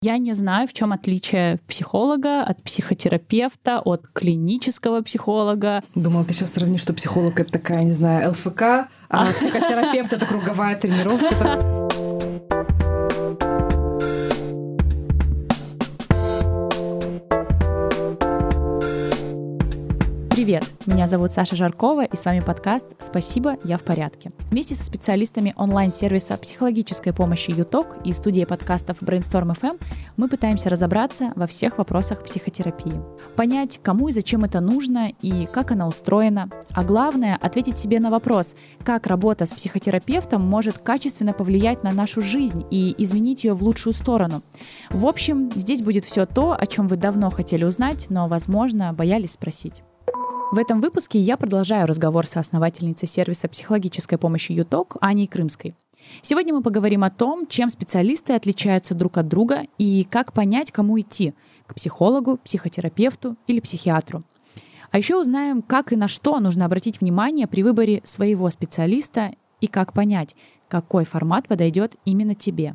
Я не знаю, в чем отличие психолога от психотерапевта, от клинического психолога. Думала, ты сейчас сравнишь, что психолог — это такая, не знаю, ЛФК, а психотерапевт — это круговая тренировка. Привет, меня зовут Саша Жаркова, и с вами подкаст «Спасибо, я в порядке». Вместе со специалистами онлайн-сервиса психологической помощи ЮТОК и студией подкастов Brainstorm FM мы пытаемся разобраться во всех вопросах психотерапии. Понять, кому и зачем это нужно и как она устроена. А главное, ответить себе на вопрос, как работа с психотерапевтом может качественно повлиять на нашу жизнь и изменить ее в лучшую сторону. В общем, здесь будет все то, о чем вы давно хотели узнать, но, возможно, боялись спросить. В этом выпуске я продолжаю разговор со основательницей сервиса психологической помощи ЮТОК Аней Крымской. Сегодня мы поговорим о том, чем специалисты отличаются друг от друга и как понять, кому идти – к психологу, психотерапевту или психиатру. А еще узнаем, как и на что нужно обратить внимание при выборе своего специалиста и как понять, какой формат подойдет именно тебе.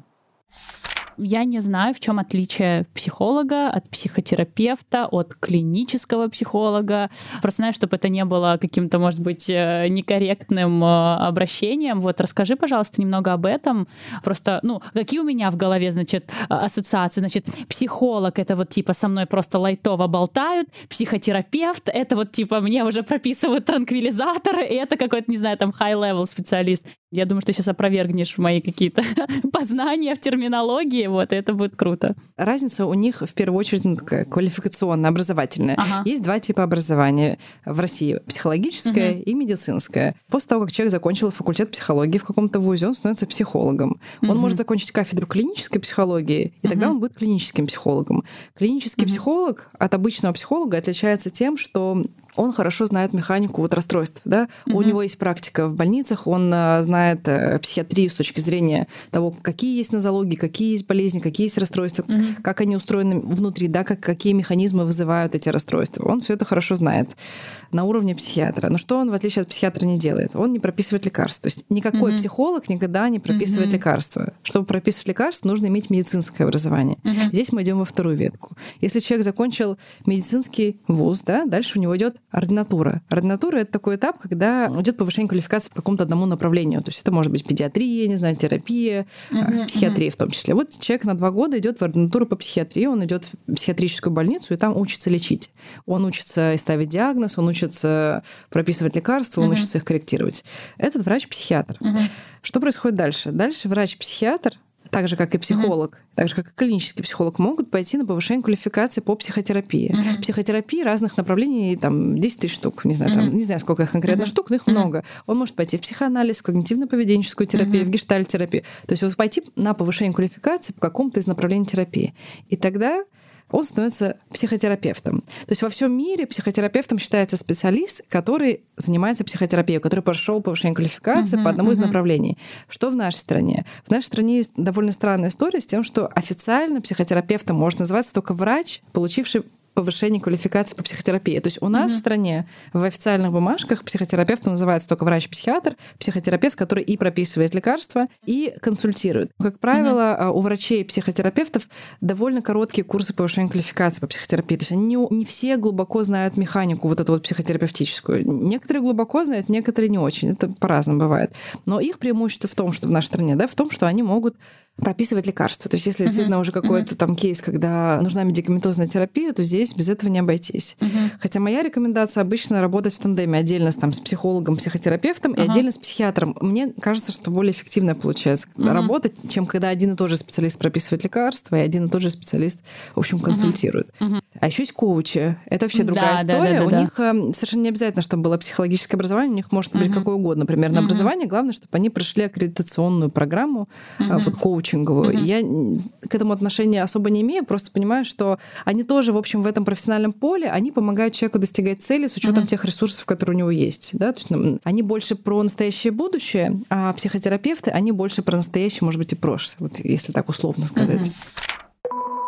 Я не знаю, в чем отличие психолога от психотерапевта, от клинического психолога. Просто знаю, чтобы это не было каким-то, может быть, некорректным обращением. Вот расскажи, пожалуйста, немного об этом. Просто, какие у меня в голове, ассоциации? Психолог — это вот типа со мной просто лайтово болтают, психотерапевт — это вот типа мне уже прописывают транквилизаторы, и это какой-то, не знаю, там high-level специалист. Я думаю, что ты сейчас опровергнешь мои какие-то познания в терминологии, и это будет круто. Разница у них в первую очередь такая квалификационная, образовательная. Ага. Есть два типа образования в России: психологическое и медицинское. После того, как человек закончил факультет психологии в каком-то вузе, он становится психологом. Он может закончить кафедру клинической психологии, и тогда он будет клиническим психологом. Клинический психолог от обычного психолога отличается тем, что он хорошо знает механику расстройств. Да? У него есть практика в больницах, он знает психиатрию с точки зрения того, какие есть нозологии, какие есть болезни, какие есть расстройства, как они устроены внутри, да, какие механизмы вызывают эти расстройства. Он все это хорошо знает на уровне психиатра. Но что он, в отличие от психиатра, не делает? Он не прописывает лекарства. То есть никакой психолог никогда не прописывает лекарства. Чтобы прописывать лекарства, нужно иметь медицинское образование. Здесь мы идем во вторую ветку. Если человек закончил медицинский вуз, да, дальше у него идет ординатура. Ординатура — это такой этап, когда идет повышение квалификации по какому-то одному направлению. То есть это может быть педиатрия, не знаю, терапия, психиатрия в том числе. Вот человек на 2 года идет в ординатуру по психиатрии, он идет в психиатрическую больницу и там учится лечить. Он учится ставить диагноз, он учится прописывать лекарства, он учится их корректировать. Этот врач-психиатр. Что происходит дальше? Дальше врач-психиатр, так же, как и психолог, так же, как и клинический психолог, могут пойти на повышение квалификации по психотерапии. Психотерапии разных направлений, 10 тысяч штук, не знаю, сколько их конкретно штук, но их много. Он может пойти в психоанализ, в когнитивно-поведенческую терапию, в гештальт-терапию. То есть вот пойти на повышение квалификации по какому-то из направлений терапии. И тогда он становится психотерапевтом. То есть во всем мире психотерапевтом считается специалист, который занимается психотерапией, который прошел повышение квалификации по одному из направлений. Что в нашей стране? В нашей стране есть довольно странная история с тем, что официально психотерапевтом может называться только врач, получивший повышение квалификации по психотерапии. То есть у нас в стране в официальных бумажках психотерапевтом называется только врач-психиатр, психотерапевт, который и прописывает лекарства, и консультирует. Как правило, у врачей-психотерапевтов довольно короткие курсы повышения квалификации по психотерапии. То есть они не все глубоко знают механику эту психотерапевтическую. Некоторые глубоко знают, некоторые не очень. Это по-разному бывает. Но их преимущество в том, что в нашей стране, в том, что они могут прописывать лекарства. То есть если действительно уже какой-то там кейс, когда нужна медикаментозная терапия, то здесь без этого не обойтись. Хотя моя рекомендация обычно работать в тандеме отдельно с психологом, психотерапевтом и отдельно с психиатром. Мне кажется, что более эффективно получается работать, чем когда один и тот же специалист прописывает лекарства, и один и тот же специалист, в общем, консультирует. А еще есть коучи. Это вообще другая история. У них совершенно не обязательно, чтобы было психологическое образование, у них может быть какое угодно примерно образование. Главное, чтобы они прошли аккредитационную программу, коучинговую. Я к этому отношения особо не имею, просто понимаю, что они тоже, в общем, в этом профессиональном поле, они помогают человеку достигать цели с учетом тех ресурсов, которые у него есть. Да? То есть, они больше про настоящее будущее, а психотерапевты, они больше про настоящее, может быть, и прошлое, вот если так условно сказать.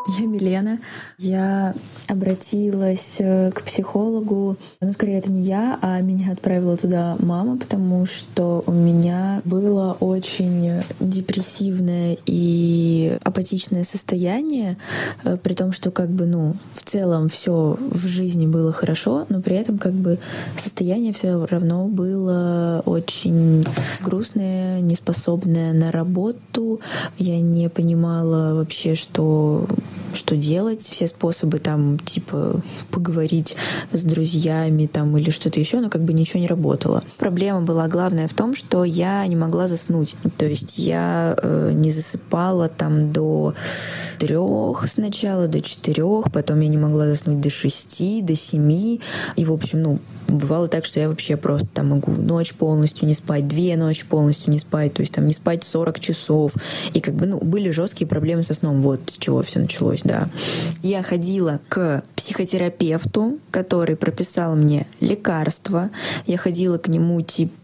Я Милена. Я обратилась к психологу. Скорее, это не я, а меня отправила туда мама, потому что у меня было очень депрессивное и апатичное состояние, при том, что в целом все в жизни было хорошо, но при этом состояние все равно было очень грустное, неспособное на работу. Я не понимала вообще, что делать, все способы поговорить с друзьями или что-то еще, но ничего не работало. Проблема была главная в том, что я не могла заснуть. То есть я не засыпала до 3 сначала, до 4, потом я не могла заснуть до 6, до 7. И, в общем, бывало так, что я вообще просто могу ночь полностью не спать, 2 ночи полностью не спать, то есть не спать 40 часов. И были жесткие проблемы со сном. Вот с чего все началось, да. Я ходила к психотерапевту, который прописал мне лекарства. Я ходила к нему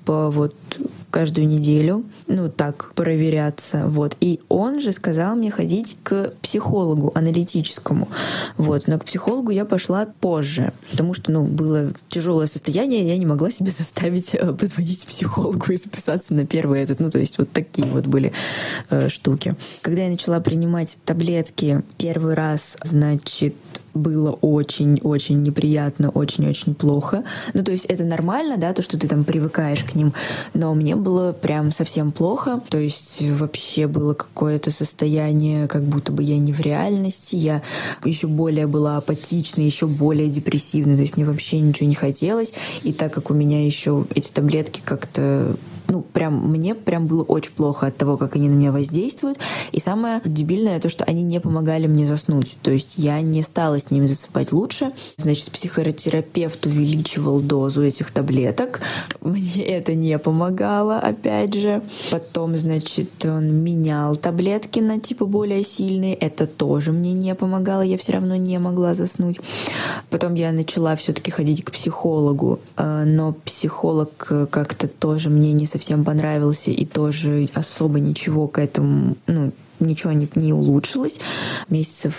каждую неделю, проверяться, И он же сказал мне ходить к психологу аналитическому, Но к психологу я пошла позже, потому что, было тяжелое состояние, я не могла себе заставить позвонить психологу и записаться на первый такие были штуки. Когда я начала принимать таблетки первый раз, было очень-очень неприятно, очень-очень плохо. То есть это нормально, да, то, что ты привыкаешь к ним, но мне было прям совсем плохо. То есть вообще было какое-то состояние, как будто бы я не в реальности, я еще более была апатичной, еще более депрессивной, то есть мне вообще ничего не хотелось. И так как у меня еще эти таблетки как-то мне было очень плохо от того, как они на меня воздействуют. И самое дебильное то, что они не помогали мне заснуть. То есть я не стала с ними засыпать лучше. Психотерапевт увеличивал дозу этих таблеток. Мне это не помогало, опять же. Потом, он менял таблетки на более сильные. Это тоже мне не помогало. Я все равно не могла заснуть. Потом я начала все-таки ходить к психологу. Но психолог как-то тоже мне не совсем понравился, и тоже особо ничего к этому, ничего не улучшилось. Месяцев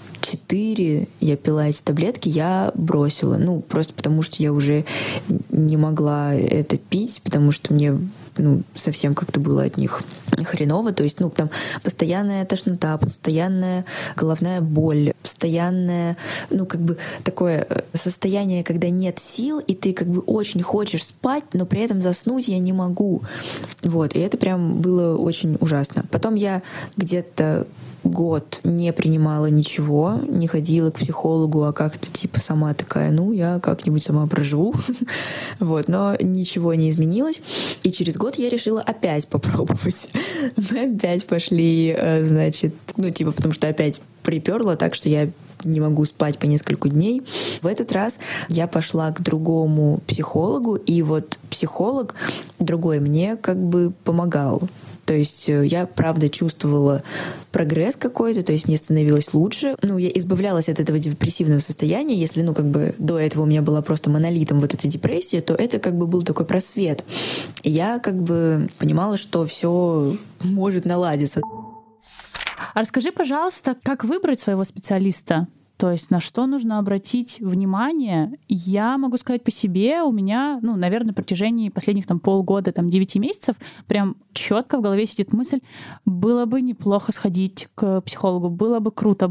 4 я пила эти таблетки, я бросила. Просто потому что я уже не могла это пить, потому что мне совсем как-то было от них хреново. То есть, постоянная тошнота, постоянная головная боль, постоянное, такое состояние, когда нет сил, и ты очень хочешь спать, но при этом заснуть я не могу. И это прям было очень ужасно. Потом я где-то год не принимала ничего, не ходила к психологу, а как-то сама такая, я как-нибудь сама проживу. Но ничего не изменилось. И через год я решила опять попробовать. Мы опять пошли, потому что опять припёрло так, что я не могу спать по несколько дней. В этот раз я пошла к другому психологу, и психолог другой мне помогал. То есть я, правда, чувствовала прогресс какой-то, то есть мне становилось лучше. Я избавлялась от этого депрессивного состояния. Если, до этого у меня была просто монолитом эта депрессия, то это был такой просвет. И я понимала, что все может наладиться. А расскажи, пожалуйста, как выбрать своего специалиста? То есть на что нужно обратить внимание? Я могу сказать по себе, у меня, наверное, на протяжении последних полгода, 9 месяцев прям четко в голове сидит мысль, было бы неплохо сходить к психологу, было бы круто,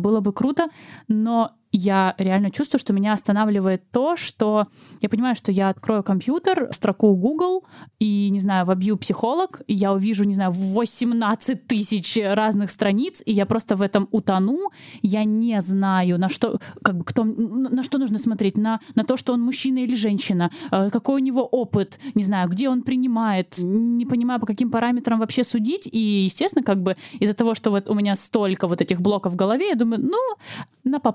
но я реально чувствую, что меня останавливает то, что я понимаю, что я открою компьютер, строку Google и, вобью психолог, и я увижу, 18 тысяч разных страниц, и я просто в этом утону. Я не знаю, на что, на что нужно смотреть, на то, что он мужчина или женщина, какой у него опыт, не знаю, где он принимает, не понимаю, по каким параметрам вообще судить. И, естественно, из-за того, что у меня столько этих блоков в голове, я думаю, на попозже.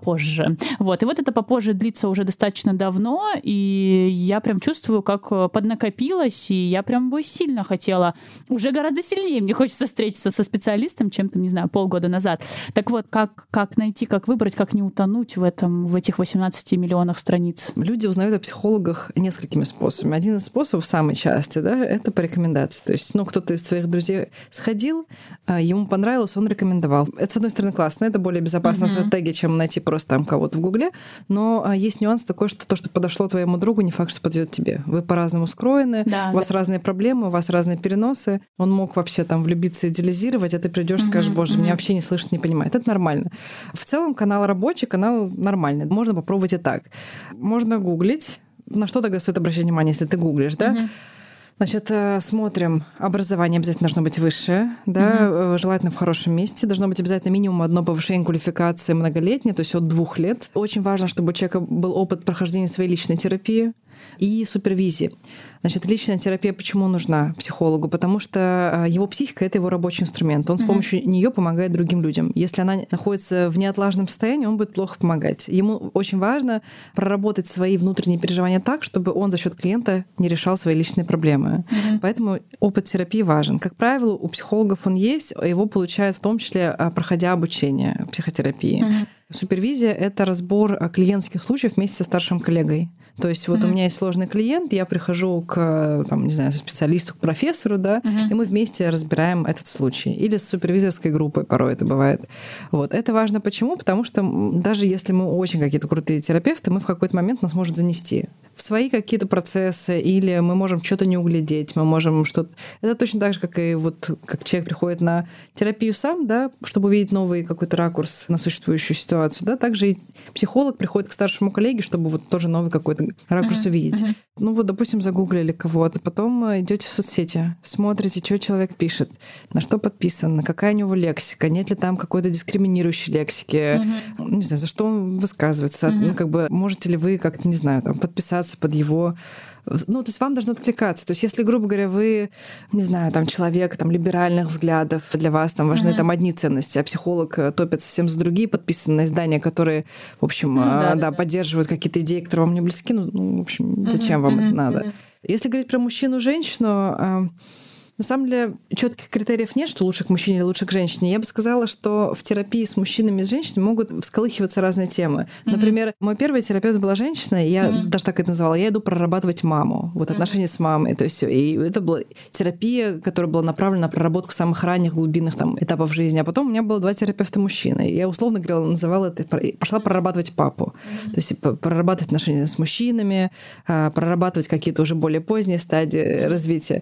Вот. И вот это попозже длится уже достаточно давно, и я прям чувствую, как поднакопилось, и я прям бы сильно хотела, уже гораздо сильнее мне хочется встретиться со специалистом, чем, там, не знаю, полгода назад. Так вот, как найти, как выбрать, как не утонуть в этих 18 миллионах страниц? Люди узнают о психологах несколькими способами. Один из способов, самый частый, да, это по рекомендации. То есть, кто-то из твоих друзей сходил, ему понравилось, он рекомендовал. Это, с одной стороны, классно, это более безопасная стратегия, чем найти просто там кого-то в Гугле, но есть нюанс такой, что то, что подошло твоему другу, не факт, что подойдет тебе. Вы по-разному скроены, у вас разные проблемы, у вас разные переносы. Он мог вообще там влюбиться, идеализировать, а ты придешь и скажешь: боже, меня вообще не слышит, не понимает. Это нормально. В целом канал рабочий, канал нормальный. Можно попробовать и так. Можно гуглить. На что тогда стоит обращать внимание, если ты гуглишь, да? Значит, смотрим. Образование обязательно должно быть высшее, да, желательно в хорошем месте. Должно быть обязательно минимум одно повышение квалификации многолетнее, то есть от 2 лет. Очень важно, чтобы у человека был опыт прохождения своей личной терапии и супервизии. Значит, личная терапия почему нужна психологу? Потому что его психика — это его рабочий инструмент. Он с помощью нее помогает другим людям. Если она находится в неотлажном состоянии, он будет плохо помогать. Ему очень важно проработать свои внутренние переживания так, чтобы он за счет клиента не решал свои личные проблемы. Поэтому опыт терапии важен. Как правило, у психологов он есть, его получают в том числе, проходя обучение психотерапии. Супервизия — это разбор клиентских случаев вместе со старшим коллегой. То есть вот у меня есть сложный клиент, я прихожу к, специалисту, к профессору, да, и мы вместе разбираем этот случай. Или с супервизорской группой порой это бывает. Вот. Это важно почему? Потому что даже если мы очень какие-то крутые терапевты, мы в какой-то момент нас может занести в свои какие-то процессы, или мы можем что-то не углядеть, мы можем что-то... Это точно так же, как и как человек приходит на терапию сам, да, чтобы увидеть новый какой-то ракурс на существующую ситуацию, да, также и психолог приходит к старшему коллеге, чтобы тоже новый какой-то ракурс увидеть. Допустим, загуглили кого-то, потом идете в соцсети, смотрите, что человек пишет, на что подписан, какая у него лексика, нет ли там какой-то дискриминирующей лексики, не знаю, за что он высказывается, можете ли вы как-то, не знаю, подписаться под его... то есть вам должно откликаться. То есть если, грубо говоря, вы, не знаю, человек либеральных взглядов, для вас важны одни ценности, а психолог топит совсем за другие, подписан на издания, которые, в общем, поддерживают какие-то идеи, которые вам не близки, в общем, зачем вам это надо? Если говорить про мужчину, женщину, на самом деле четких критериев нет, что лучше к мужчине или лучше к женщине. Я бы сказала, что в терапии с мужчинами и с женщинами могут всколыхиваться разные темы. Например, мой первый терапевт была женщина, и я даже так это называла. Я иду прорабатывать маму, отношения с мамой. То есть, и это была терапия, которая была направлена на проработку самых ранних глубинных этапов жизни. А потом у меня было 2 терапевта мужчины. И я условно говорила, называла это, пошла прорабатывать папу. То есть прорабатывать отношения с мужчинами, прорабатывать какие-то уже более поздние стадии развития.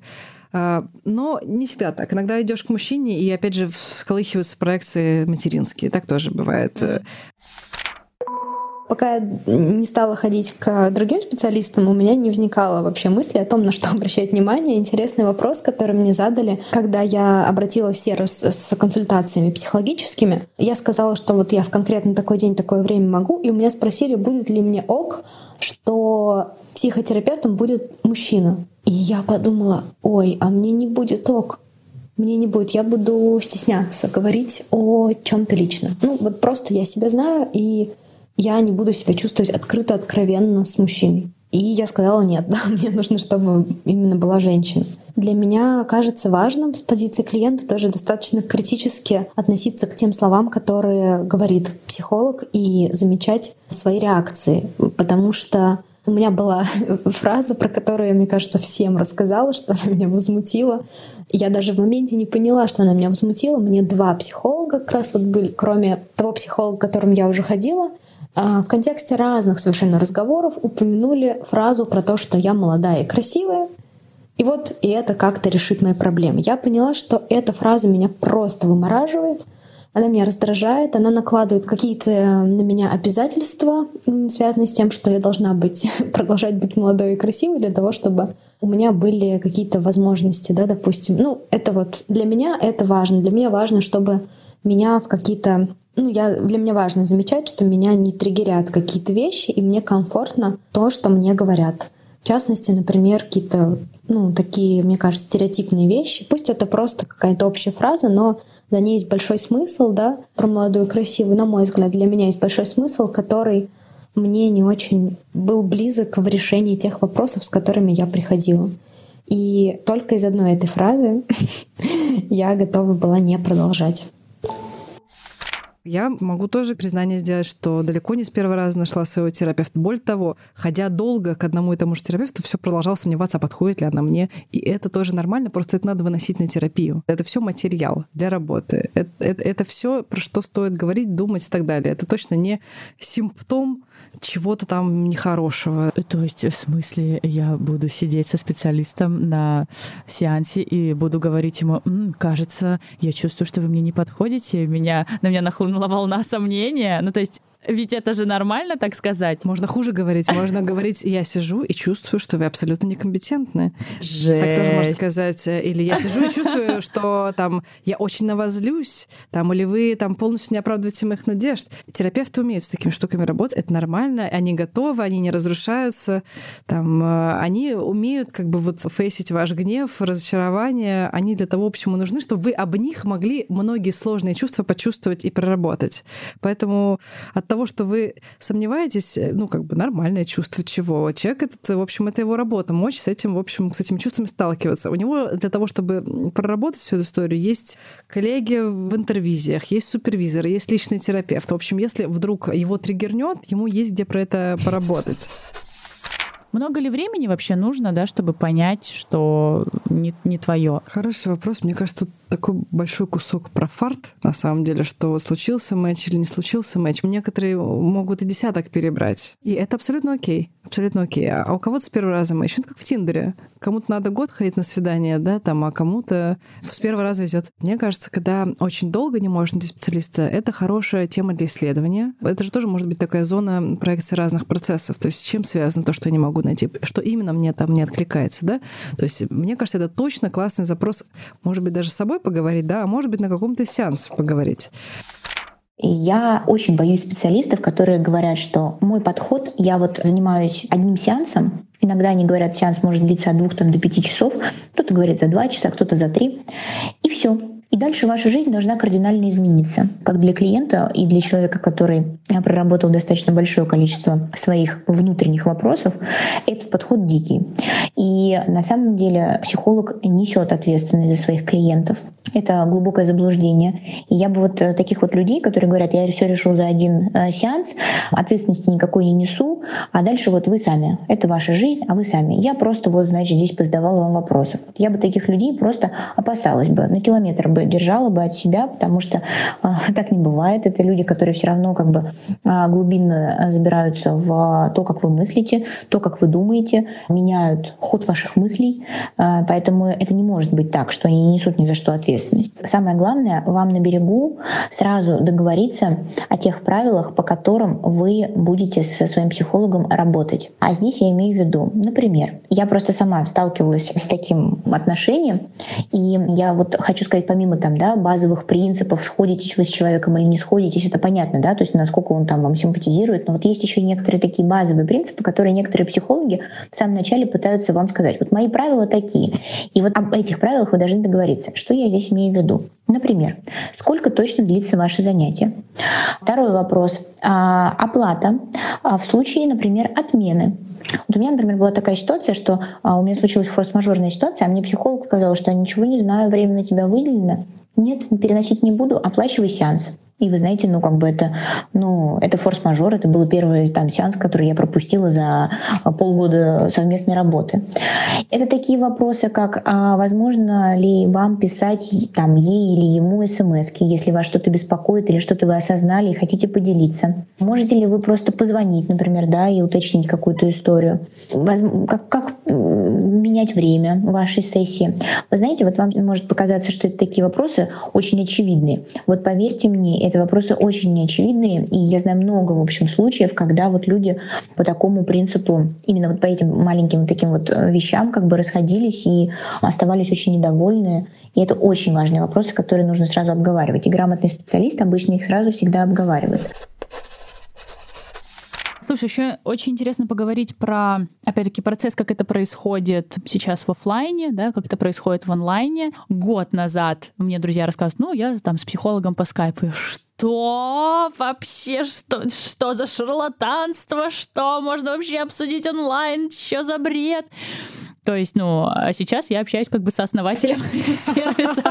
Но не всегда так. Иногда идешь к мужчине, и опять же всколыхиваются проекции материнские. Так тоже бывает. Пока я не стала ходить к другим специалистам, у меня не возникало вообще мысли о том, на что обращать внимание. Интересный вопрос, который мне задали, когда я обратилась в сервис с консультациями психологическими. Я сказала, что я в конкретно такой день, такое время могу, и у меня спросили, будет ли мне ок, что психотерапевтом будет мужчина. И я подумала, а мне не будет ок. Мне не будет. Я буду стесняться говорить о чем-то личном. Просто я себя знаю, и я не буду себя чувствовать открыто, откровенно с мужчиной. И я сказала, нет, мне нужно, чтобы именно была женщина. Для меня кажется важным с позиции клиента тоже достаточно критически относиться к тем словам, которые говорит психолог, и замечать свои реакции. Потому что у меня была фраза, про которую я, мне кажется, всем рассказала, что она меня возмутила. Я даже в моменте не поняла, что она меня возмутила. Мне 2 психолога как раз были, кроме того психолога, к которому я уже ходила, в контексте разных совершенно разговоров упомянули фразу про то, что я молодая и красивая, и это как-то решит мои проблемы. Я поняла, что эта фраза меня просто вымораживает, она меня раздражает, она накладывает какие-то на меня обязательства, связанные с тем, что я должна продолжать быть молодой и красивой для того, чтобы у меня были какие-то возможности, да, допустим. Это для меня это важно. Для меня важно, чтобы меня в какие-то... для меня важно замечать, что меня не триггерят какие-то вещи, и мне комфортно то, что мне говорят. В частности, например, какие-то такие, мне кажется, стереотипные вещи. Пусть это просто какая-то общая фраза, но За ней есть большой смысл, да, про молодую и красивую. На мой взгляд, для меня есть большой смысл, который мне не очень был близок в решении тех вопросов, с которыми я приходила. И только из одной этой фразы я готова была не продолжать. Я могу тоже признание сделать, что далеко не с первого раза нашла своего терапевта. Более того, ходя долго к одному и тому же терапевту, все продолжала сомневаться, а подходит ли она мне. И это тоже нормально, просто это надо выносить на терапию. Это все материал для работы. Это все, про что стоит говорить, думать и так далее. Это точно не симптом чего-то там нехорошего. То есть, в смысле, я буду сидеть со специалистом на сеансе и буду говорить ему: кажется, я чувствую, что вы мне не подходите, на меня нахлынула волна сомнения. Ну, то есть, ведь это же нормально, так сказать. Можно хуже говорить. Можно говорить: я сижу и чувствую, что вы абсолютно некомпетентны. Жесть. Так тоже можно сказать. Или я сижу и чувствую, что там я очень на вас злюсь, там, или вы там полностью не оправдываете моих надежд. Терапевты умеют с такими штуками работать. Это нормально. Они готовы, они не разрушаются. Там, они умеют как бы вот фейсить ваш гнев, разочарование. Они для того, в общем, нужны, чтобы вы об них могли многие сложные чувства почувствовать и проработать. Поэтому от того, что вы сомневаетесь, ну, как бы нормальное чувство чего. Человек этот, в общем, это его работа, мочь с этим, в общем, с этими чувствами сталкиваться. У него для того, чтобы проработать всю эту историю, есть коллеги в интервизиях, есть супервизор, есть личный терапевт. В общем, если вдруг его триггернет, ему есть где про это поработать. Много ли времени вообще нужно, да, чтобы понять, что не твое? Хороший вопрос. Мне кажется, тут такой большой кусок про фарт, на самом деле, что случился матч или не случился матч. Некоторые могут и десяток перебрать. И это абсолютно окей. Абсолютно окей. А у кого-то с первого раза матч. Ну, как в Тиндере. Кому-то надо год ходить на свидание, да, там, а кому-то с первого раза везет. Мне кажется, когда очень долго не можешь найти специалиста, это хорошая тема для исследования. Это же тоже может быть такая зона проекции разных процессов. То есть с чем связано то, что я не могу найти? Что именно мне там не откликается, да? То есть мне кажется, это точно классный запрос, может быть, даже с собой поговорить, да, а может быть, на каком-то сеансе поговорить. И я очень боюсь специалистов, которые говорят, что мой подход, я вот занимаюсь одним сеансом, иногда они говорят, сеанс может длиться от 2 до 5 часов, кто-то говорит за 2 часа, кто-то за 3, и все. И дальше ваша жизнь должна кардинально измениться. Как для клиента и для человека, который проработал достаточно большое количество своих внутренних вопросов, этот подход дикий. И на самом деле психолог несет ответственность за своих клиентов. Это глубокое заблуждение. И я бы вот таких вот людей, которые говорят: я все решу за один сеанс, ответственности никакой не несу, а дальше вот вы сами. Это ваша жизнь, а вы сами. Я просто вот, значит, здесь позадавала вам вопросы. Я бы таких людей просто опасалась бы, на километр бы держала бы от себя, потому что так не бывает. Это люди, которые все равно как бы глубинно забираются в то, как вы мыслите, то, как вы думаете, меняют ход ваших мыслей. Поэтому это не может быть так, что они не несут ни за что ответственность. Самое главное, вам на берегу сразу договориться о тех правилах, по которым вы будете со своим психологом работать. А здесь я имею в виду, например, я просто сама сталкивалась с таким отношением, и я вот хочу сказать, помимо там, да, базовых принципов, сходитесь вы с человеком или не сходитесь, это понятно, да, то есть насколько он там вам симпатизирует, но вот есть еще некоторые такие базовые принципы, которые некоторые психологи в самом начале пытаются вам сказать. Вот мои правила такие, и вот об этих правилах вы должны договориться. Что я здесь имею в виду? Например, сколько точно длится ваше занятие? Второй вопрос. Оплата в случае, например, отмены. Вот у меня, например, была такая ситуация, что у меня случилась форс-мажорная ситуация, а мне психолог сказал, что я ничего не знаю, время на тебя выделено. Нет, переносить не буду, оплачивай сеанс. И вы знаете, это форс-мажор, это был первый там сеанс, который я пропустила за полгода совместной работы. Это такие вопросы, как возможно ли вам писать там ей или ему смс-ки, если вас что-то беспокоит или что-то вы осознали и хотите поделиться. Можете ли вы просто позвонить, например, да, и уточнить какую-то историю? Как менять время вашей сессии? Вы знаете, вот вам может показаться, что это такие вопросы очень очевидные. Вот поверьте мне, это вопросы очень неочевидные, и я знаю много, в общем, случаев, когда вот люди по такому принципу, именно вот по этим маленьким вот таким вот вещам как бы расходились и оставались очень недовольны. И это очень важные вопросы, которые нужно сразу обговаривать. И грамотный специалист обычно их сразу всегда обговаривает. Слушай, еще очень интересно поговорить про, опять-таки, процесс, как это происходит сейчас в офлайне, да, как это происходит в онлайне. Год назад мне друзья рассказывают, я там с психологом по скайпу. Что вообще? Что за шарлатанство? Что можно вообще обсудить онлайн? Что за бред? То есть, а сейчас я общаюсь как бы со основателем сервиса.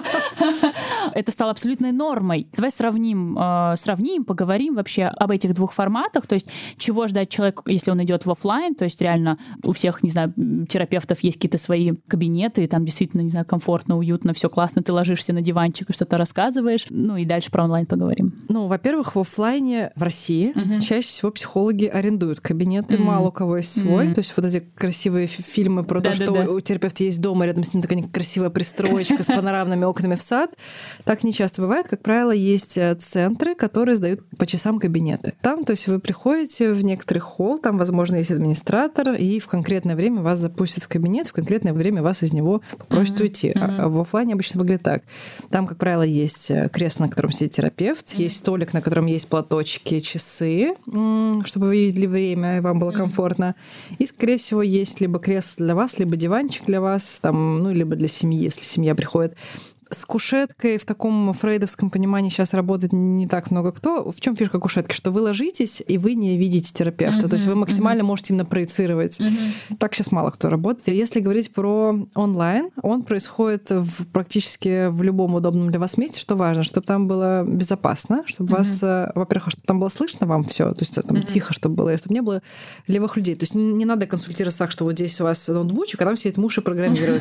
Это стало абсолютной нормой. Давай сравним, поговорим вообще об этих двух форматах. То есть, чего ждать человеку, если он идет в офлайн. То есть, реально, у всех, не знаю, терапевтов есть какие-то свои кабинеты, и там действительно, не знаю, комфортно, уютно, все классно, ты ложишься на диванчик и что-то рассказываешь. И дальше про онлайн поговорим. Во-первых, в офлайне в России чаще всего психологи арендуют кабинеты, мало у кого есть свой. То есть, вот эти красивые фильмы про то, что у терапевта есть дома, рядом с ним такая красивая пристроечка с панорамными окнами в сад. Так не часто бывает. Как правило, есть центры, которые сдают по часам кабинеты. Там, то есть вы приходите в некоторый холл, там, возможно, есть администратор, и в конкретное время вас запустят в кабинет, в конкретное время вас из него попросят уйти. А в офлайне обычно выглядит так. Там, как правило, есть кресло, на котором сидит терапевт, есть столик, на котором есть платочки, часы, чтобы вы видели время, и вам было комфортно. И, скорее всего, есть либо кресло для вас, либо диванчик для вас, там, либо для семьи, если семья приходит. С кушеткой в таком фрейдовском понимании сейчас работает не так много кто. В чем фишка кушетки? Что вы ложитесь, и вы не видите терапевта. То есть вы максимально можете именно проецировать. Так сейчас мало кто работает. Если говорить про онлайн, он происходит практически в любом удобном для вас месте. Что важно? Чтобы там было безопасно, чтобы вас, во-первых, чтобы там было слышно вам все, то есть там тихо, чтобы было, и чтобы не было левых людей. То есть не надо консультироваться так, что вот здесь у вас ноутбучик, а там сидит муж и программирует.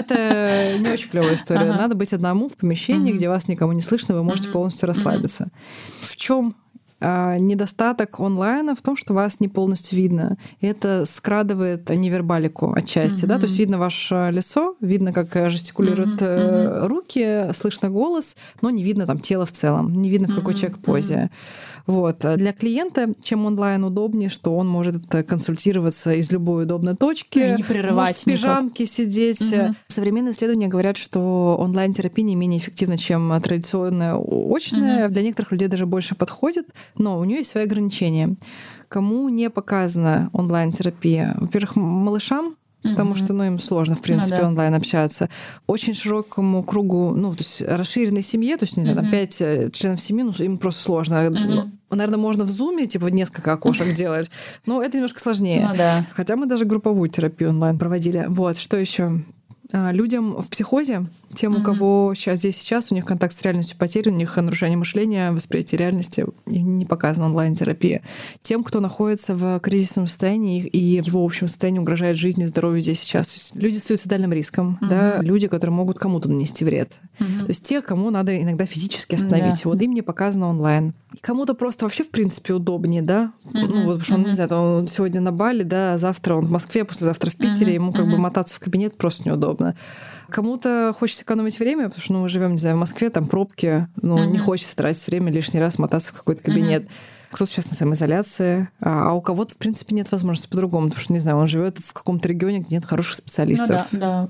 Это не очень клевая история. Надо быть одному в помещении, где вас никому не слышно, вы можете полностью расслабиться. В чем недостаток онлайна? В том, что вас не полностью видно. И это скрадывает невербалику отчасти. Да? То есть видно ваше лицо, видно, как жестикулируют руки, слышно голос, но не видно там тело в целом, не видно, в какой человек позе. Вот. Для клиента, чем онлайн удобнее, что он может консультироваться из любой удобной точки, не прерывать, может в пижамке сидеть. Современные исследования говорят, что онлайн-терапия не менее эффективна, чем традиционная очная. Для некоторых людей даже больше подходит, но у нее есть свои ограничения. Кому не показана онлайн-терапия? Во-первых, малышам, потому что им сложно, в принципе, онлайн общаться. Очень широкому кругу, то есть расширенной семье, то есть, не знаю, там 5 членов семьи, им просто сложно. Наверное, можно в Зуме, несколько окошек делать, но это немножко сложнее. Хотя мы даже групповую терапию онлайн проводили. Вот, что еще? Людям в психозе, тем, у кого сейчас у них контакт с реальностью потерян, у них нарушение мышления, восприятие реальности, и не показана онлайн-терапия. Тем, кто находится в кризисном состоянии, и его общем состоянии угрожает жизни и здоровью здесь сейчас. То есть люди с суицидальным риском, да, люди, которые могут кому-то нанести вред. То есть те, кому надо иногда физически остановить. Вот им не показано онлайн. И кому-то просто вообще, в принципе, удобнее, да? Потому что он, не знаю, он сегодня на Бали, да, завтра он в Москве, послезавтра в Питере, ему мотаться в кабинет просто неудобно. Кому-то хочется экономить время, потому что мы живем, не знаю, в Москве, там пробки, не хочется тратить время лишний раз мотаться в какой-то кабинет. Кто-то сейчас на самоизоляции, а у кого-то, в принципе, нет возможности по-другому, потому что, не знаю, он живет в каком-то регионе, где нет хороших специалистов.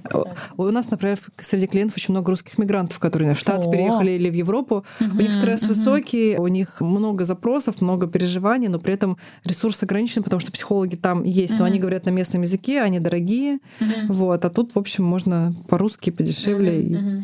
У нас, например, среди клиентов очень много русских мигрантов, которые в Штаты переехали или в Европу. У них стресс высокий, у них много запросов, много переживаний, но при этом ресурс ограничен, потому что психологи там есть, но они говорят на местном языке, они дорогие. Вот, а тут, в общем, можно по-русски, подешевле.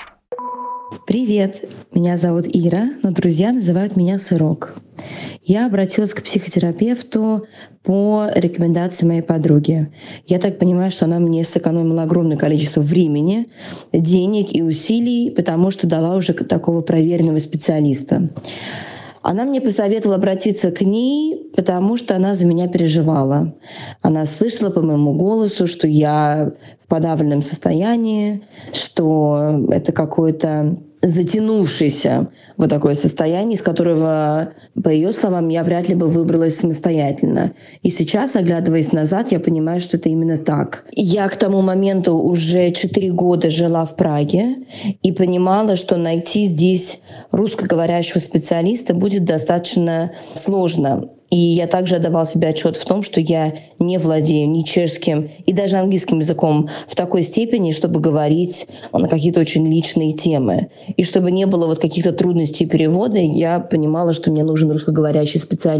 Привет, меня зовут Ира, но друзья называют меня Сырок. Я обратилась к психотерапевту по рекомендации моей подруги. Я так понимаю, что она мне сэкономила огромное количество времени, денег и усилий, потому что дала уже такого проверенного специалиста. Она мне посоветовала обратиться к ней, потому что она за меня переживала. Она слышала по моему голосу, что я в подавленном состоянии, что это какое-то затянувшееся вот такое состояние, из которого, по ее словам, я вряд ли бы выбралась самостоятельно. И сейчас, оглядываясь назад, я понимаю, что это именно так. Я к тому моменту уже 4 года жила в Праге и понимала, что найти здесь русскоговорящего специалиста будет достаточно сложно. И я также отдавала себе отчет в том, что я не владею ни чешским и даже английским языком в такой степени, чтобы говорить на какие-то очень личные темы. И чтобы не было вот каких-то трудностей перевода, я понимала, что мне нужен русскоговорящий специалист.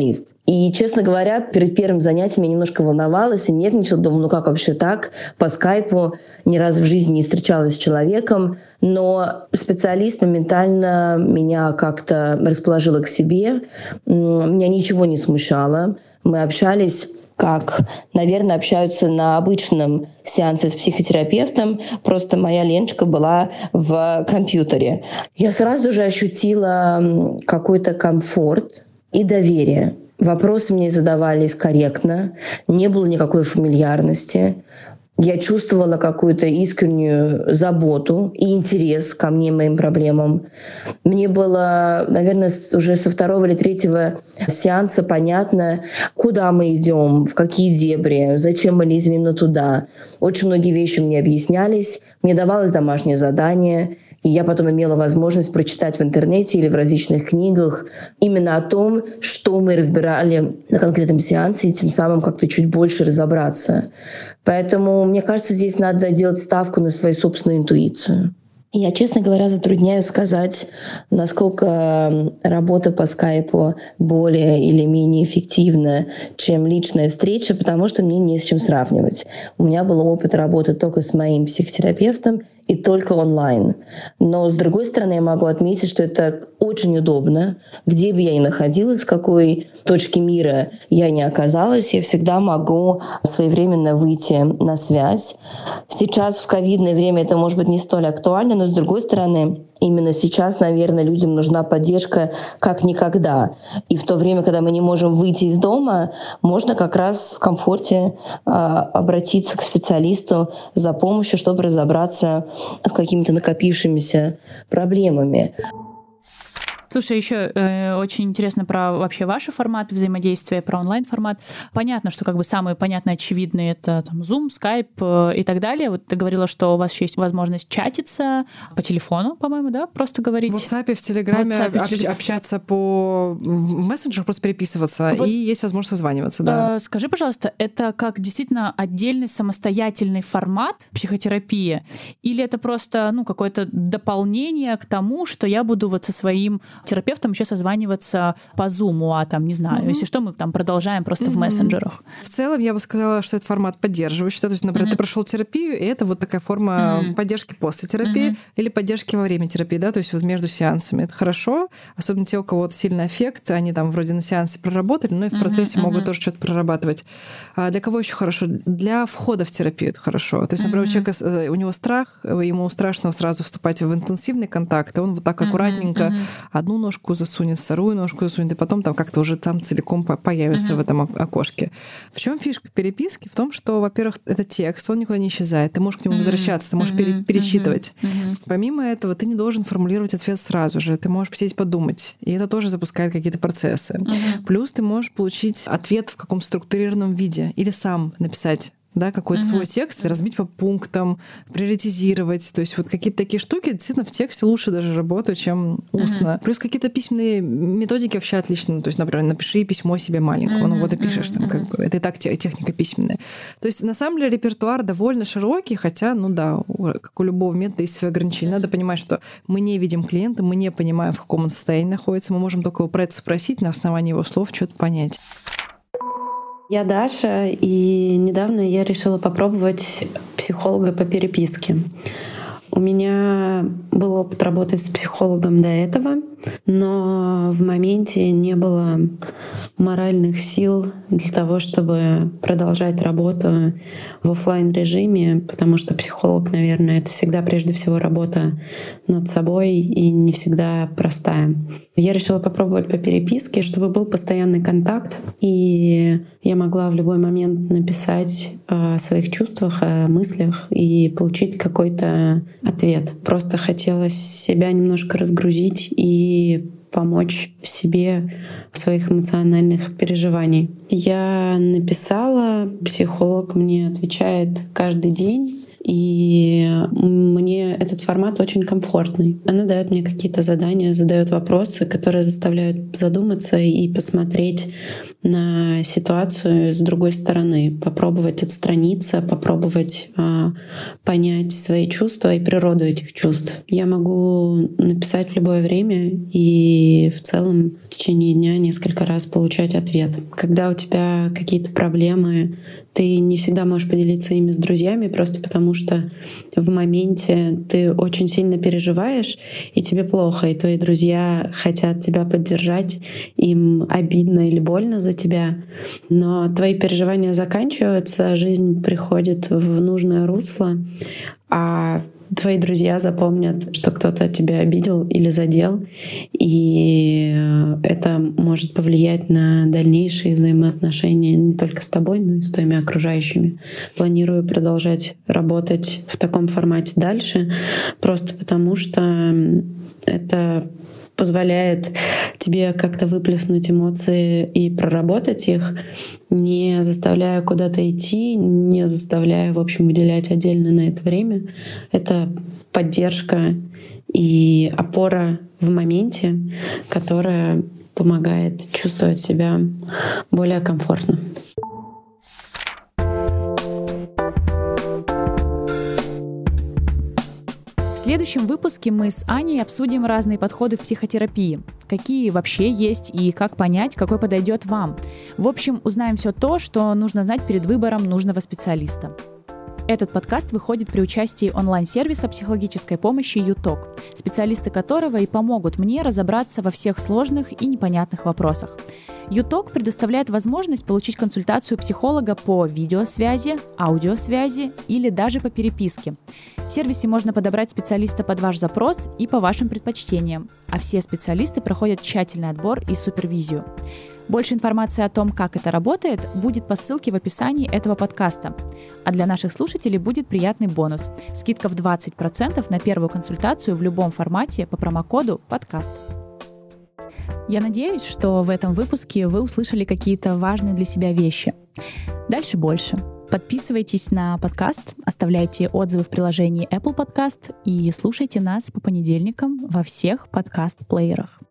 И, честно говоря, перед первым занятием я немножко волновалась и нервничала. Думала, ну как вообще так? По скайпу ни разу в жизни не встречалась с человеком. Но специалист моментально меня как-то расположила к себе. Меня ничего не смущало. Мы общались, как, наверное, общаются на обычном сеансе с психотерапевтом, просто моя Леночка была в компьютере. Я сразу же ощутила какой-то комфорт и доверие. Вопросы мне задавались корректно, не было никакой фамильярности. Я чувствовала какую-то искреннюю заботу и интерес ко мне, моим проблемам. Мне было, наверное, уже со 2-го или 3-го сеанса понятно, куда мы идем, в какие дебри, зачем мы лезем именно туда. Очень многие вещи мне объяснялись, мне давалось домашнее задание, и я потом имела возможность прочитать в интернете или в различных книгах именно о том, что мы разбирали на конкретном сеансе, и тем самым как-то чуть больше разобраться. Поэтому, мне кажется, здесь надо делать ставку на свою собственную интуицию. Я, честно говоря, затрудняюсь сказать, насколько работа по скайпу более или менее эффективна, чем личная встреча, потому что мне не с чем сравнивать. У меня был опыт работы только с моим психотерапевтом и только онлайн. Но, с другой стороны, я могу отметить, что это очень удобно. Где бы я ни находилась, в какой точке мира я ни оказалась, я всегда могу своевременно выйти на связь. Сейчас, в ковидное время, это может быть не столь актуально, но, с другой стороны, именно сейчас, наверное, людям нужна поддержка как никогда. И в то время, когда мы не можем выйти из дома, можно как раз в комфорте обратиться к специалисту за помощью, чтобы разобраться с какими-то накопившимися проблемами. Слушай, еще очень интересно про вообще ваши форматы взаимодействия, про онлайн-формат. Понятно, что как бы самые понятные, очевидные — это там Zoom, Skype и так далее. Вот ты говорила, что у вас еще есть возможность чатиться по телефону, по-моему, да? Просто говорить. В WhatsApp, в Телеграме общаться по мессенджеру, просто переписываться, вот. И есть возможность созваниваться, да. Скажи, пожалуйста, это как действительно отдельный самостоятельный формат психотерапии? Или это просто какое-то дополнение к тому, что я буду вот со своим терапевтом еще созваниваться по Zoom, не знаю, если что, мы там продолжаем просто в мессенджерах. В целом, я бы сказала, что это формат поддерживающий. То есть, например, ты прошел терапию, и это вот такая форма поддержки после терапии или поддержки во время терапии, да, то есть вот между сеансами. Это хорошо, особенно те, у кого сильный аффект, они там вроде на сеансе проработали, но и в процессе могут тоже что-то прорабатывать. А для кого еще хорошо? Для входа в терапию это хорошо. То есть, например, у человека, у него страх, ему страшно сразу вступать в интенсивный контакт, и он вот так аккуратненько одну ножку засунет, вторую ножку засунет, и потом там как-то уже там целиком появится в этом окошке. В чем фишка переписки? В том, что, во-первых, это текст, он никуда не исчезает, ты можешь к нему возвращаться, ты можешь перечитывать. Помимо этого, ты не должен формулировать ответ сразу же, ты можешь посидеть подумать, и это тоже запускает какие-то процессы. Плюс ты можешь получить ответ в каком-то структурированном виде или сам написать, да, какой-то свой текст, разбить по пунктам, приоритизировать. То есть вот какие-то такие штуки действительно в тексте лучше даже работают, чем устно. Плюс какие-то письменные методики вообще отлично. То есть, например, напиши письмо себе маленького, вот и пишешь там, как бы, это и так техника письменная. То есть, на самом деле, репертуар довольно широкий, хотя, как у любого метода есть свои ограничения. Надо понимать, что мы не видим клиента, мы не понимаем, в каком он состоянии находится, мы можем только его про это спросить, на основании его слов что-то понять. Я Даша, и недавно я решила попробовать психолога по переписке. У меня был опыт работы с психологом до этого, но в моменте не было моральных сил для того, чтобы продолжать работу в офлайн-режиме, потому что психолог, наверное, это всегда прежде всего работа над собой и не всегда простая. Я решила попробовать по переписке, чтобы был постоянный контакт, и я могла в любой момент написать о своих чувствах, о мыслях и получить какой-то ответ. Просто хотелось себя немножко разгрузить и помочь себе в своих эмоциональных переживаниях. Я написала, психолог мне отвечает каждый день, и мне этот формат очень комфортный. Она дает мне какие-то задания, задает вопросы, которые заставляют задуматься и посмотреть на ситуацию с другой стороны, попробовать отстраниться, попробовать понять свои чувства и природу этих чувств. Я могу написать в любое время и в целом в течение дня несколько раз получать ответ. Когда у тебя какие-то проблемы, ты не всегда можешь поделиться ими с друзьями, просто потому что в моменте ты очень сильно переживаешь, и тебе плохо, и твои друзья хотят тебя поддержать, им обидно или больно за тебя, но твои переживания заканчиваются, жизнь приходит в нужное русло, а твои друзья запомнят, что кто-то тебя обидел или задел, и это может повлиять на дальнейшие взаимоотношения не только с тобой, но и с твоими окружающими. Планирую продолжать работать в таком формате дальше, просто потому что это позволяет тебе как-то выплеснуть эмоции и проработать их, не заставляя куда-то идти, не заставляя, в общем, выделять отдельно на это время. Это поддержка и опора в моменте, которая помогает чувствовать себя более комфортно. В следующем выпуске мы с Аней обсудим разные подходы в психотерапии. Какие вообще есть и как понять, какой подойдет вам. В общем, узнаем все то, что нужно знать перед выбором нужного специалиста. Этот подкаст выходит при участии онлайн-сервиса психологической помощи YouTalk, специалисты которого и помогут мне разобраться во всех сложных и непонятных вопросах. YouTalk предоставляет возможность получить консультацию психолога по видеосвязи, аудиосвязи или даже по переписке. В сервисе можно подобрать специалиста под ваш запрос и по вашим предпочтениям, а все специалисты проходят тщательный отбор и супервизию. Больше информации о том, как это работает, будет по ссылке в описании этого подкаста. А для наших слушателей будет приятный бонус – скидка в 20% на первую консультацию в любом формате по промокоду «Подкаст». Я надеюсь, что в этом выпуске вы услышали какие-то важные для себя вещи. Дальше больше. Подписывайтесь на подкаст, оставляйте отзывы в приложении Apple Podcast и слушайте нас по понедельникам во всех подкаст-плеерах.